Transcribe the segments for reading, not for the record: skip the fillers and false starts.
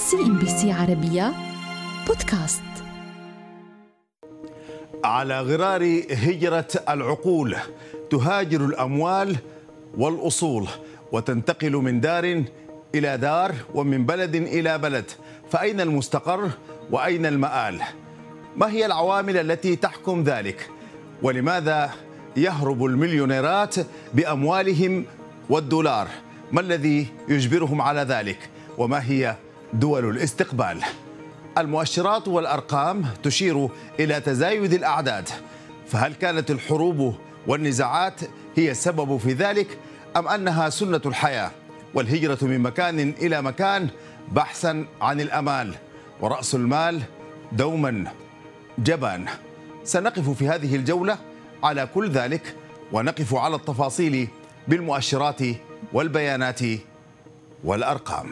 CNBC عربية بودكاست. على غرار هجرة العقول تهاجر الأموال والأصول وتنتقل من دار إلى دار ومن بلد إلى بلد، فأين المستقر وأين المآل؟ ما هي العوامل التي تحكم ذلك؟ ولماذا يهرب المليونيرات بأموالهم والدولار؟ ما الذي يجبرهم على ذلك؟ وما هي دول الاستقبال؟ المؤشرات والأرقام تشير إلى تزايد الأعداد، فهل كانت الحروب والنزاعات هي السبب في ذلك أم أنها سنة الحياة والهجرة من مكان إلى مكان بحثا عن الأمال، ورأس المال دوما جبان؟ سنقف في هذه الجولة على كل ذلك ونقف على التفاصيل بالمؤشرات والبيانات والأرقام.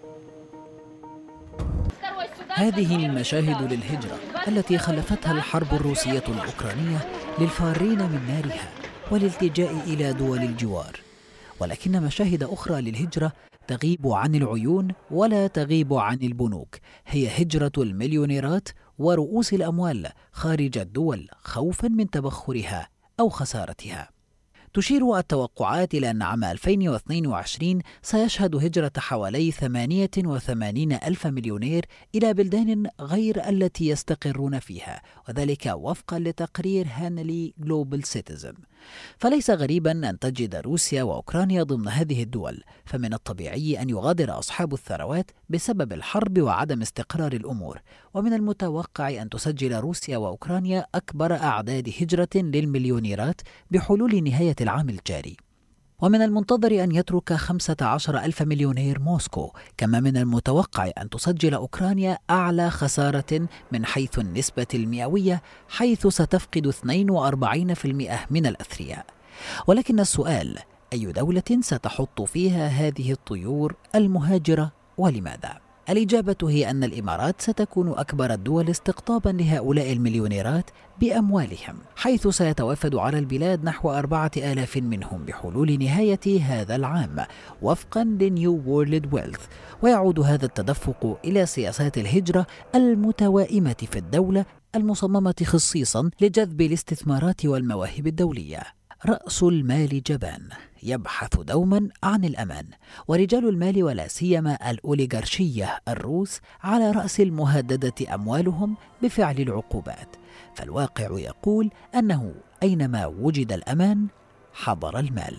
هذه المشاهد للهجرة التي خلفتها الحرب الروسية الأوكرانية للفارين من نارها والالتجاء إلى دول الجوار، ولكن مشاهد أخرى للهجرة تغيب عن العيون ولا تغيب عن البنوك، هي هجرة المليونيرات ورؤوس الأموال خارج الدول خوفا من تبخرها أو خسارتها. تشير التوقعات إلى أن عام 2022 سيشهد هجرة حوالي 88 ألف مليونير إلى بلدان غير التي يستقرون فيها، وذلك وفقا لتقرير هانلي جلوبال سيتيزن. فليس غريبا أن تجد روسيا وأوكرانيا ضمن هذه الدول، فمن الطبيعي أن يغادر أصحاب الثروات بسبب الحرب وعدم استقرار الأمور، ومن المتوقع أن تسجل روسيا وأوكرانيا أكبر أعداد هجرة للمليونيرات بحلول نهاية العام الجاري. ومن المنتظر أن يترك 15 ألف مليونير موسكو، كما من المتوقع أن تسجل أوكرانيا أعلى خسارة من حيث النسبة المئوية، حيث ستفقد 42% من الأثرياء. ولكن السؤال: أي دولة ستحط فيها هذه الطيور المهاجرة ولماذا؟ الإجابة هي أن الإمارات ستكون أكبر الدول استقطابا لهؤلاء المليونيرات بأموالهم، حيث سيتوافد على البلاد نحو 4,000 منهم بحلول نهاية هذا العام وفقا لنيو وورلد ويلث. ويعود هذا التدفق إلى سياسات الهجرة المتوائمة في الدولة المصممة خصيصا لجذب الاستثمارات والمواهب الدولية. رأس المال جبان، يبحث دوما عن الأمان، ورجال المال ولا سيما الأوليغارشية الروس على رأس المهددة أموالهم بفعل العقوبات. فالواقع يقول أنه أينما وجد الأمان حضر المال.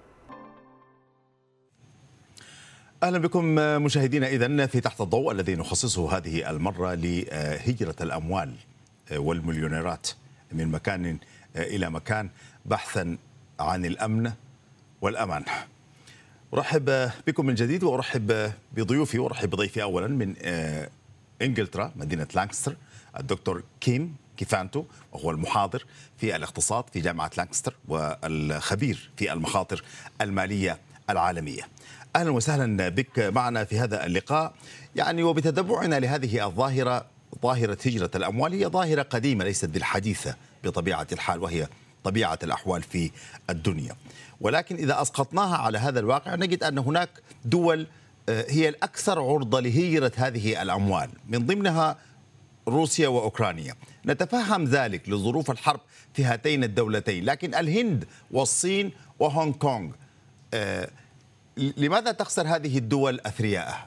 أهلا بكم مشاهدينا إذن في تحت الضوء الذي نخصصه هذه المرة لهجرة الأموال والمليونيرات من مكان إلى مكان بحثا عن الأمن والأمان. أرحب بكم من جديد، وأرحب بضيوفي، وأرحب بضيفي أولا من إنجلترا مدينة لانكستر الدكتور كيم كيفانتو، وهو المحاضر في الاقتصاد في جامعة لانكستر والخبير في المخاطر المالية العالمية. أهلا وسهلا بك معنا في هذا اللقاء. وبتتبعنا لهذه الظاهرة، ظاهرة هجرة الأموال، هي ظاهرة قديمة ليست بالحديثة بطبيعة الحال، وهي طبيعة الأحوال في الدنيا. ولكن إذا أسقطناها على هذا الواقع نجد أن هناك دول هي الأكثر عرضة لهجرة هذه الأموال، من ضمنها روسيا وأوكرانيا. نتفهم ذلك لظروف الحرب في هاتين الدولتين، لكن الهند والصين وهونغ كونغ لماذا تخسر هذه الدول أثرياءها؟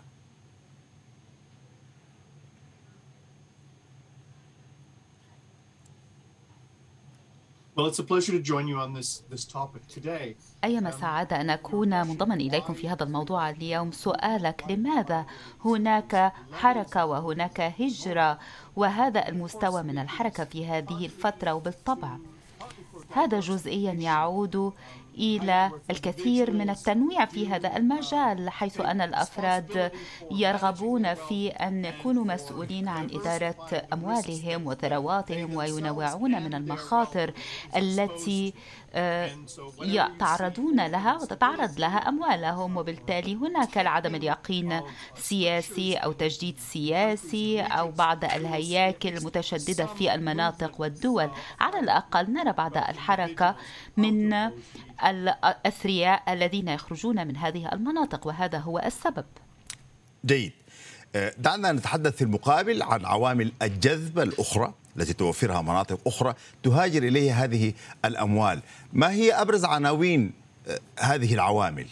أيما سعادة أن أكون منضما إليكم في هذا الموضوع اليوم. سؤالك لماذا هناك حركة وهناك هجرة وهذا المستوى من الحركة في هذه الفترة، وبالطبع هذا جزئيا يعود إلى الكثير من التنويع في هذا المجال، حيث أن الأفراد يرغبون في أن يكونوا مسؤولين عن إدارة أموالهم وثرواتهم، وينوعون من المخاطر التي يتعرضون لها وتتعرض لها أموالهم. وبالتالي هناك عدم اليقين سياسي أو تجديد سياسي أو بعض الهياكل المتشددة في المناطق والدول. على الأقل نرى بعض الحركة من الأثرياء الذين يخرجون من هذه المناطق، وهذا هو السبب. جيد. دعنا نتحدث في المقابل عن عوامل الجذب الأخرى التي توفرها مناطق أخرى تهاجر إليها هذه الأموال. ما هي أبرز عناوين هذه العوامل؟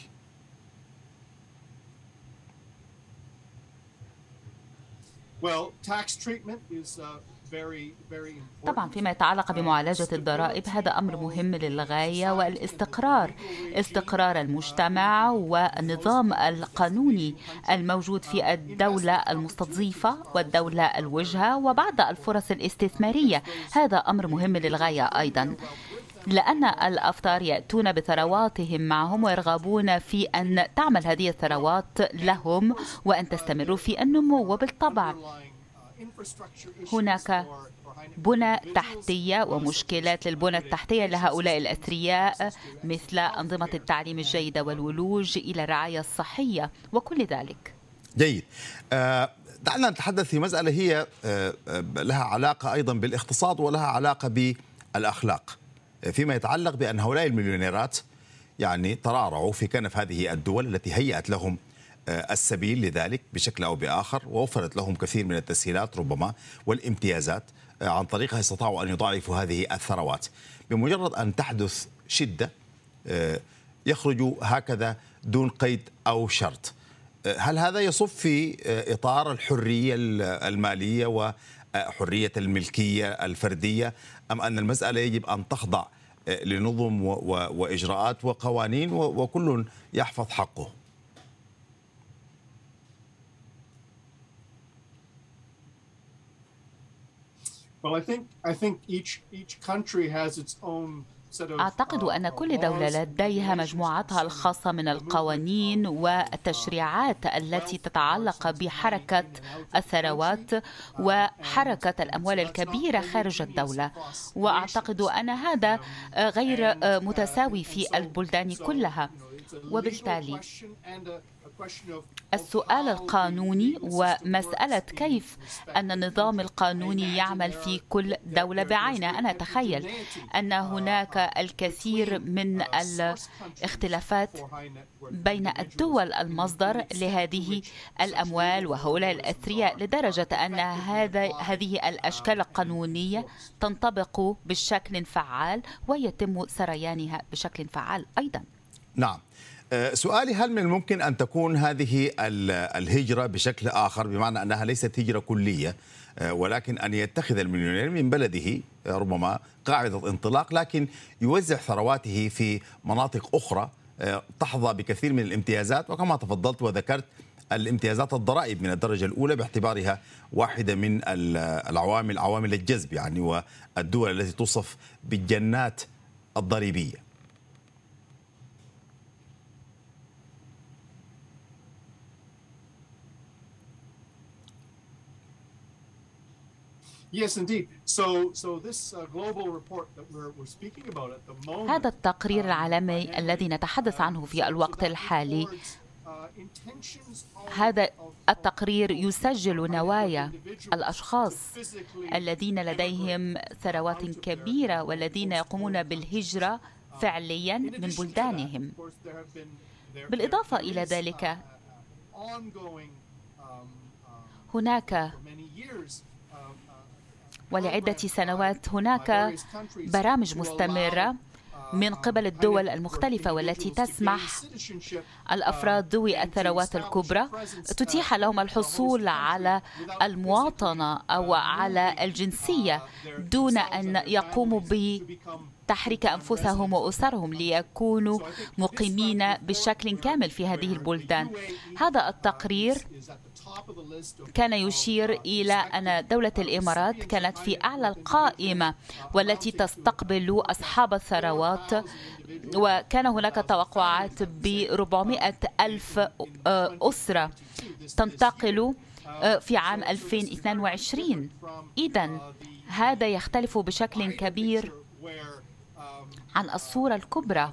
طبعا فيما يتعلق بمعالجة الضرائب هذا أمر مهم للغاية، استقرار المجتمع والنظام القانوني الموجود في الدولة المستضيفة والدولة الوجهة وبعض الفرص الاستثمارية، هذا أمر مهم للغاية أيضا، لأن الأفطار يأتون بثرواتهم معهم ويرغبون في أن تعمل هذه الثروات لهم وأن تستمروا في النمو. وبالطبع هناك بنى تحتية ومشكلات للبنى التحتية لهؤلاء الأثرياء، مثل أنظمة التعليم الجيدة والولوج إلى الرعاية الصحية وكل ذلك. جيد. دعنا نتحدث في مسألة هي لها علاقة أيضا بالاقتصاد ولها علاقة بالأخلاق، فيما يتعلق بأن هؤلاء المليونيرات يعني ترعرعوا في كنف هذه الدول التي هيأت لهم السبيل لذلك بشكل أو بآخر، ووفرت لهم كثير من التسهيلات ربما والامتيازات عن طريقها استطاعوا أن يضاعفوا هذه الثروات. بمجرد أن تحدث شدة يخرجوا هكذا دون قيد أو شرط. هل هذا يصب في إطار الحرية المالية وحرية الملكية الفردية، أم أن المسألة يجب أن تخضع لنظم وإجراءات وقوانين وكل يحفظ حقه؟ أعتقد أن كل دولة لديها مجموعتها الخاصة من القوانين والتشريعات التي تتعلق بحركة الثروات وحركة الأموال الكبيرة خارج الدولة، وأعتقد أن هذا غير متساوي في البلدان كلها. وبالتالي السؤال القانوني ومسألة كيف أن النظام القانوني يعمل في كل دولة بعينها. أنا أتخيل أن هناك الكثير من الاختلافات بين الدول المصدر لهذه الأموال وهؤلاء الأثرياء، لدرجة أن هذه الأشكال القانونية تنطبق بشكل فعال ويتم سريانها بشكل فعال أيضا. نعم. سؤالي، هل من الممكن أن تكون هذه الهجرة بشكل آخر، بمعنى أنها ليست هجرة كلية ولكن أن يتخذ المليونير من بلده ربما قاعدة انطلاق، لكن يوزع ثرواته في مناطق أخرى تحظى بكثير من الامتيازات، وكما تفضلت وذكرت الامتيازات الضرائب من الدرجة الأولى باعتبارها واحدة من العوامل، عوامل الجذب يعني، والدول التي توصف بالجنات الضريبية. هذا التقرير العالمي الذي نتحدث عنه في الوقت الحالي، هذا التقرير يسجل نوايا الأشخاص الذين لديهم ثروات كبيرة والذين يقومون بالهجرة فعليا من بلدانهم. بالإضافة إلى ذلك هناك ولعدة سنوات هناك برامج مستمرة من قبل الدول المختلفة والتي تسمح الأفراد ذوي الثروات الكبرى تتيح لهم الحصول على المواطنة أو على الجنسية دون أن يقوموا بتحريك أنفسهم وأسرهم ليكونوا مقيمين بشكل كامل في هذه البلدان. هذا التقرير كان يشير إلى أن دولة الإمارات كانت في أعلى القائمة والتي تستقبل أصحاب الثروات، وكان هناك توقعات ب400,000 أسرة تنتقل في عام 2022. إذن هذا يختلف بشكل كبير عن الصورة الكبرى،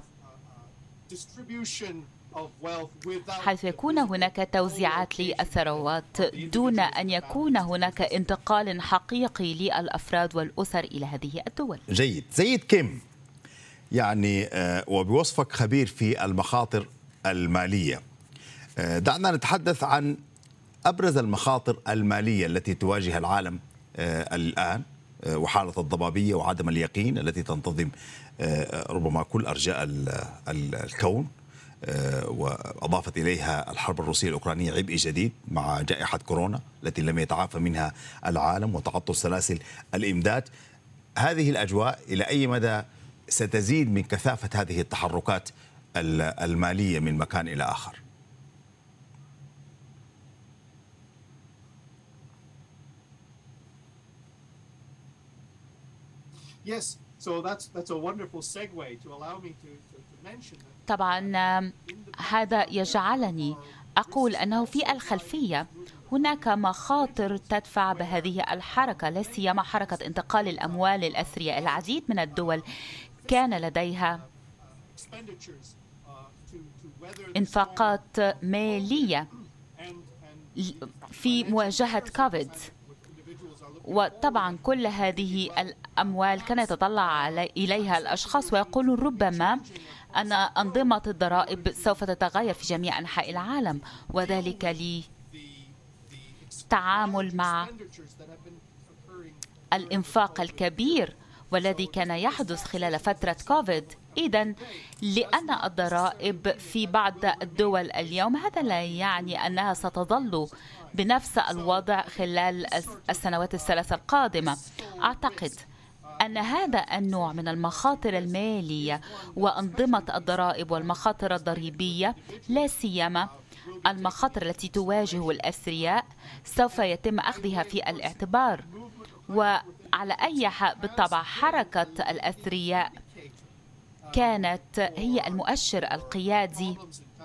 حيث يكون هناك توزيعات للثروات دون أن يكون هناك انتقال حقيقي للأفراد والأسر إلى هذه الدول. جيد. سيد كيم، يعني وبوصفك خبير في المخاطر المالية، دعنا نتحدث عن أبرز المخاطر المالية التي تواجه العالم الآن وحالة الضبابية وعدم اليقين التي تنتظم ربما كل أرجاء الكون، وأضافت إليها الحرب الروسية الأوكرانية عبء جديد مع جائحة كورونا التي لم يتعافى منها العالم وتعطل سلاسل الإمداد. هذه الأجواء إلى أي مدى ستزيد من كثافة هذه التحركات المالية من مكان إلى آخر؟ طبعا هذا يجعلني أقول أنه في الخلفية هناك مخاطر تدفع بهذه الحركة، لا سيما حركة انتقال الأموال الأثرياء. العديد من الدول كان لديها انفاقات مالية في مواجهة كوفيد، وطبعا كل هذه الأموال كان يتطلع إليها الأشخاص ويقولون ربما أن أنظمة الضرائب سوف تتغير في جميع أنحاء العالم، وذلك للتعامل مع الإنفاق الكبير والذي كان يحدث خلال فترة كوفيد. إذن لأن الضرائب في بعض الدول اليوم، هذا لا يعني أنها ستظل بنفس الوضع خلال السنوات الثلاث القادمة. أعتقد أن هذا النوع من المخاطر المالية وأنظمة الضرائب والمخاطر الضريبية، لا سيما المخاطر التي تواجه الأثرياء، سوف يتم أخذها في الاعتبار. وعلى أي حال بالطبع حركة الأثرياء كانت هي المؤشر القيادي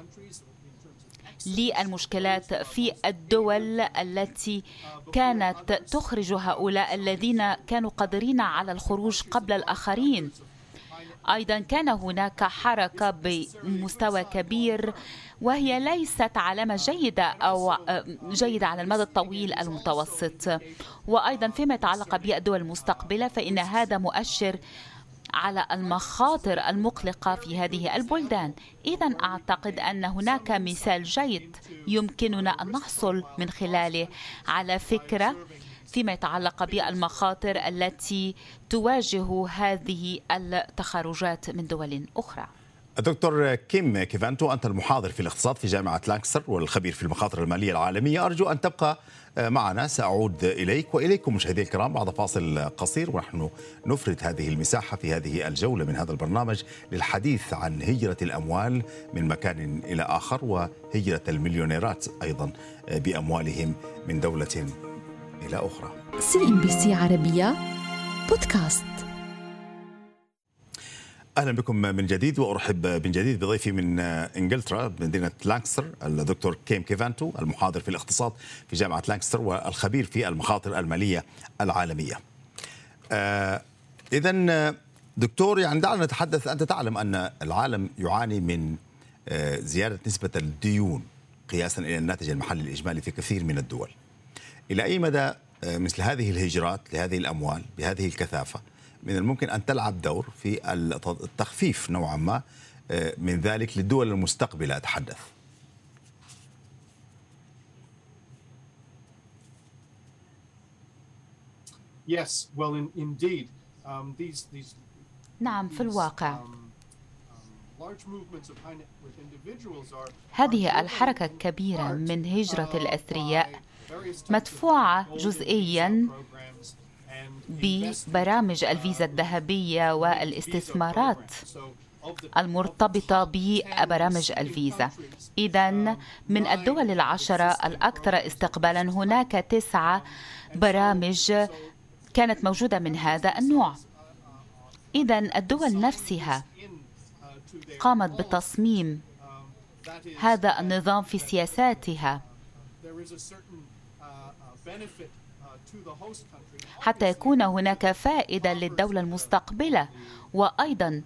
للمشكلات في الدول التي كانت تخرج هؤلاء الذين كانوا قادرين على الخروج قبل الآخرين. أيضا كان هناك حركة بمستوى كبير وهي ليست علامة جيدة أو جيدة على المدى الطويل المتوسط. وأيضا فيما يتعلق بالدول المستقبلة فإن هذا مؤشر على المخاطر المقلقة في هذه البلدان. إذن أعتقد أن هناك مثال جيد يمكننا أن نحصل من خلاله على فكرة فيما يتعلق بالمخاطر التي تواجه هذه التخرجات من دول أخرى. الدكتور كيم كيفانتو، أنت المحاضر في الاقتصاد في جامعة لانكستر والخبير في المخاطر المالية العالمية. أرجو أن تبقى معنا، سأعود إليك وإليكم مشاهدي الكرام بعد فاصل قصير، ونحن نفرد هذه المساحة في هذه الجولة من هذا البرنامج للحديث عن هجرة الأموال من مكان إلى آخر وهجرة المليونيرات أيضا بأموالهم من دولة إلى أخرى. CNBC عربية بودكاست. أهلا بكم من جديد، وأرحب من جديد بضيفي من إنجلترا مدينة لانكستر الدكتور كيم كيفانتو، المحاضر في الاقتصاد في جامعة لانكستر والخبير في المخاطر المالية العالمية. إذن دكتور، يعني دعنا نتحدث. أنت تعلم أن العالم يعاني من زيادة نسبة الديون قياسا إلى الناتج المحلي الإجمالي في كثير من الدول. إلى أي مدى مثل هذه الهجرات لهذه الأموال بهذه الكثافة من الممكن أن تلعب دور في التخفيف نوعا ما من ذلك للدول المستقبلة أتحدث؟ نعم، في الواقع هذه الحركة الكبيرة من هجرة الأثرياء مدفوعة جزئيا ببرامج الفيزا الذهبية والاستثمارات المرتبطة ببرامج الفيزا. إذن من الدول العشرة الأكثر استقبالا هناك 9 برامج كانت موجودة من هذا النوع. إذن الدول نفسها قامت بتصميم هذا النظام في سياساتها حتى يكون هناك فائدة للدولة المستقبلة وأيضا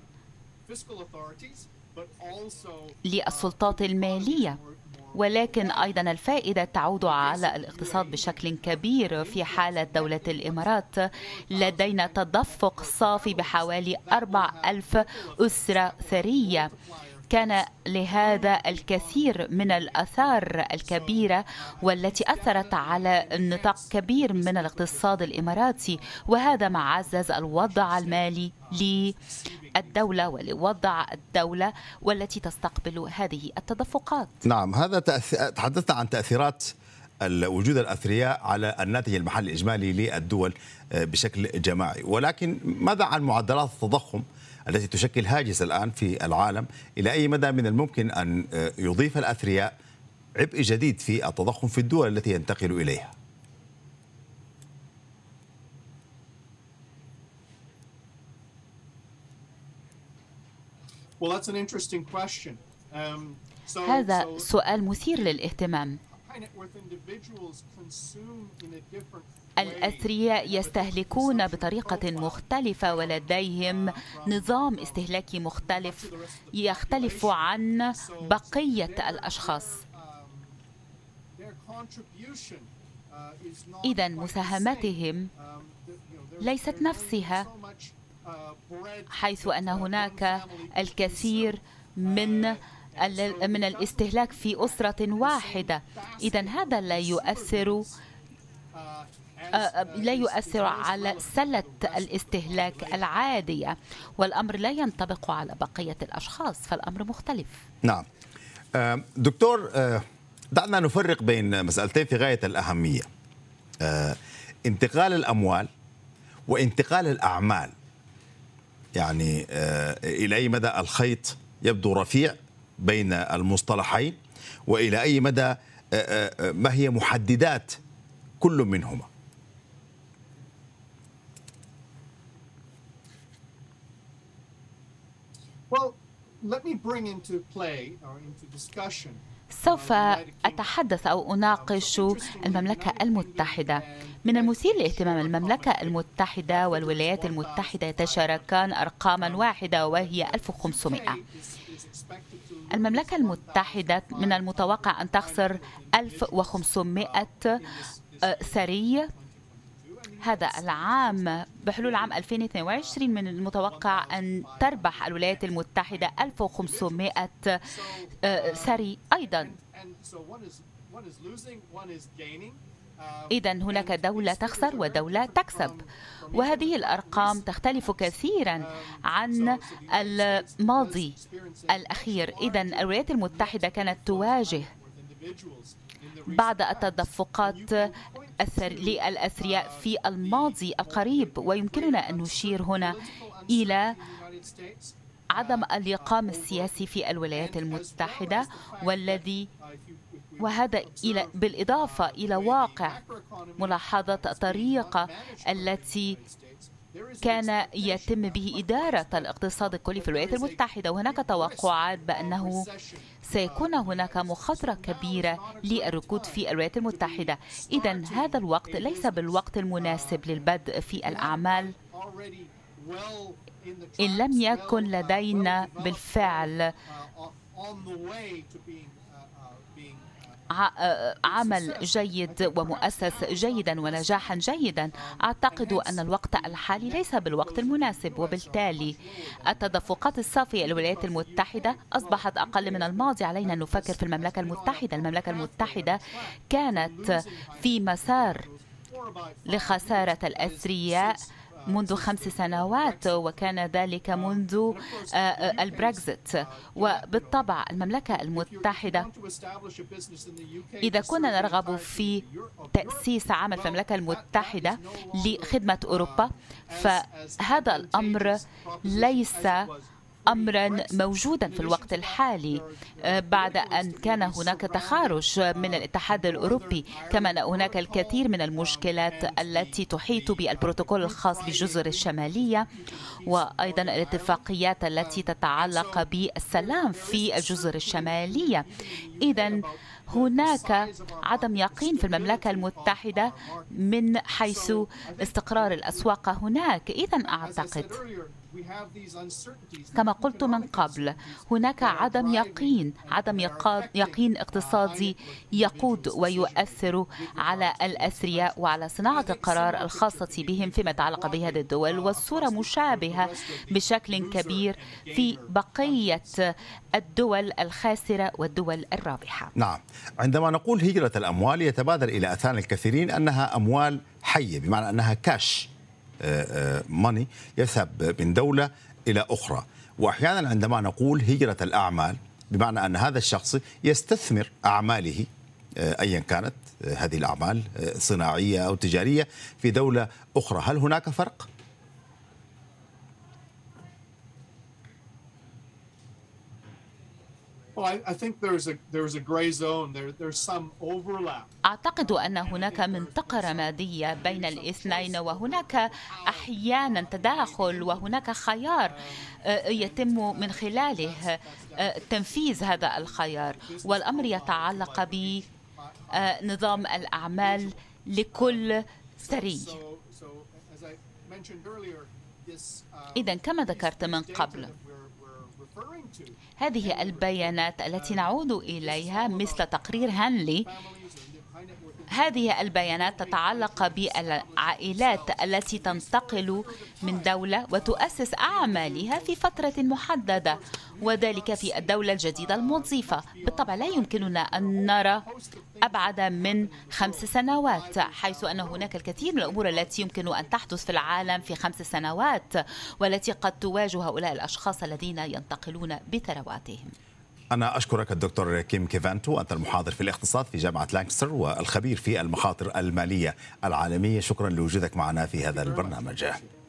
للسلطات المالية، ولكن أيضا الفائدة تعود على الاقتصاد بشكل كبير. في حالة دولة الإمارات لدينا تدفق صافي بحوالي 4000 أسرة ثرية كان لهذا الكثير من الآثار الكبيرة والتي أثرت على نطاق كبير من الاقتصاد الإماراتي، وهذا ما عزز الوضع المالي للدولة ولوضع الدولة والتي تستقبل هذه التدفقات. نعم، هذا تحدثنا عن تأثيرات وجود الأثرياء على الناتج المحلي الإجمالي للدول بشكل جماعي، ولكن ماذا عن معدلات التضخم التي تشكل هاجس الآن في العالم؟ إلى أي مدى من الممكن أن يضيف الأثرياء عبء جديد في التضخم في الدول التي ينتقل إليها؟ هذا سؤال مثير للاهتمام. الأثرياء يستهلكون بطريقة مختلفة ولديهم نظام استهلاكي مختلف يختلف عن بقية الأشخاص. إذن مساهمتهم ليست نفسها، حيث أن هناك الكثير من الاستهلاك في أسرة واحدة. إذن هذا لا يؤثر على سلة الاستهلاك العادية، والأمر لا ينطبق على بقية الأشخاص، فالأمر مختلف. نعم دكتور، دعنا نفرق بين مسألتين في غاية الأهمية: انتقال الأموال وانتقال الأعمال. يعني إلى أي مدى الخيط يبدو رفيع بين المصطلحين، وإلى أي مدى ما هي محددات كل منهما؟ سوف أتحدث أو أناقش المملكة المتحدة. من المثير لاهتمام المملكة المتحدة والولايات المتحدة يتشاركان أرقاما واحدة وهي 1500. المملكة المتحدة من المتوقع أن تخسر 1500 ثري هذا العام. بحلول عام 2022 من المتوقع أن تربح الولايات المتحدة 1500 ثري أيضا. إذن هناك دولة تخسر ودولة تكسب، وهذه الأرقام تختلف كثيرا عن الماضي الأخير. إذن الولايات المتحدة كانت تواجه بعض التدفقات للأثرياء في الماضي القريب، ويمكننا أن نشير هنا إلى عدم الإقام السياسي في الولايات المتحدة، وهذا بالإضافة إلى واقع ملاحظة الطريقة التي كان يتم به إدارة الاقتصاد الكلي في الولايات المتحدة. وهناك توقعات بأنه سيكون هناك مخاطرة كبيرة للركود في الولايات المتحدة. إذن هذا الوقت ليس بالوقت المناسب للبدء في الأعمال إن لم يكن لدينا بالفعل عمل جيد ومؤسس جيدا ونجاحا جيدا. أعتقد أن الوقت الحالي ليس بالوقت المناسب، وبالتالي التدفقات الصافية للولايات المتحدة أصبحت أقل من الماضي. علينا أن نفكر في المملكة المتحدة. المملكة المتحدة كانت في مسار لخسارة الأثرياء منذ 5 سنوات، وكان ذلك منذ البريكزيت. وبالطبع المملكة المتحدة إذا كنا نرغب في تأسيس عمل في المملكة المتحدة لخدمة أوروبا، فهذا الأمر ليس أمرا موجودا في الوقت الحالي بعد أن كان هناك تخارج من الاتحاد الأوروبي. كما أن هناك الكثير من المشكلات التي تحيط بالبروتوكول الخاص بالجزر الشمالية، وأيضا الاتفاقيات التي تتعلق بالسلام في الجزر الشمالية. إذن هناك عدم يقين في المملكة المتحدة من حيث استقرار الأسواق هناك. إذن أعتقد كما قلت من قبل هناك عدم يقين اقتصادي يقود ويؤثر على الأثرياء وعلى صناعة القرار الخاصة بهم فيما يتعلق بهذه الدول، والصورة مشابهة بشكل كبير في بقية الدول الخاسرة والدول الرابحة. نعم، عندما نقول هجرة الأموال يتبادر إلى أذهان الكثيرين أنها أموال حية، بمعنى أنها كاش ماني يذهب من دولة إلى أخرى. وأحيانا عندما نقول هجرة الأعمال بمعنى أن هذا الشخص يستثمر أعماله أيا كانت هذه الأعمال صناعية أو تجارية في دولة أخرى. هل هناك فرق؟ أعتقد أن هناك منطقة رمادية بين الاثنين، وهناك أحيانا تداخل وهناك خيار يتم من خلاله تنفيذ هذا الخيار، والأمر يتعلق بنظام الأعمال لكل ثري. إذن كما ذكرت من قبل هذه البيانات التي نعود إليها مثل تقرير هانلي، هذه البيانات تتعلق بالعائلات التي تنتقل من دولة وتؤسس أعمالها في فترة محددة، وذلك في الدولة الجديدة المضيفة. بالطبع لا يمكننا أن نرى أبعد من 5 سنوات، حيث أن هناك الكثير من الأمور التي يمكن أن تحدث في العالم في 5 سنوات والتي قد تواجه هؤلاء الأشخاص الذين ينتقلون بثرواتهم. أنا أشكرك الدكتور كيم كيفانتو، أنت المحاضر في الاقتصاد في جامعة لانكستر والخبير في المخاطر المالية العالمية. شكرا لوجودك معنا في هذا البرنامج.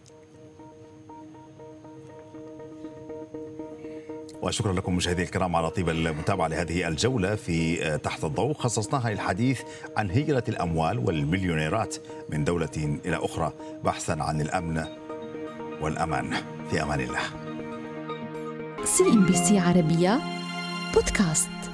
وشكرا لكم مشاهدي الكرام على طيب المتابعة لهذه الجولة في تحت الضوء، خصصناها للحديث عن هجرة الأموال والمليونيرات من دولة إلى أخرى بحثا عن الأمن والأمان. في أمان الله. CNBC عربية بودكاست.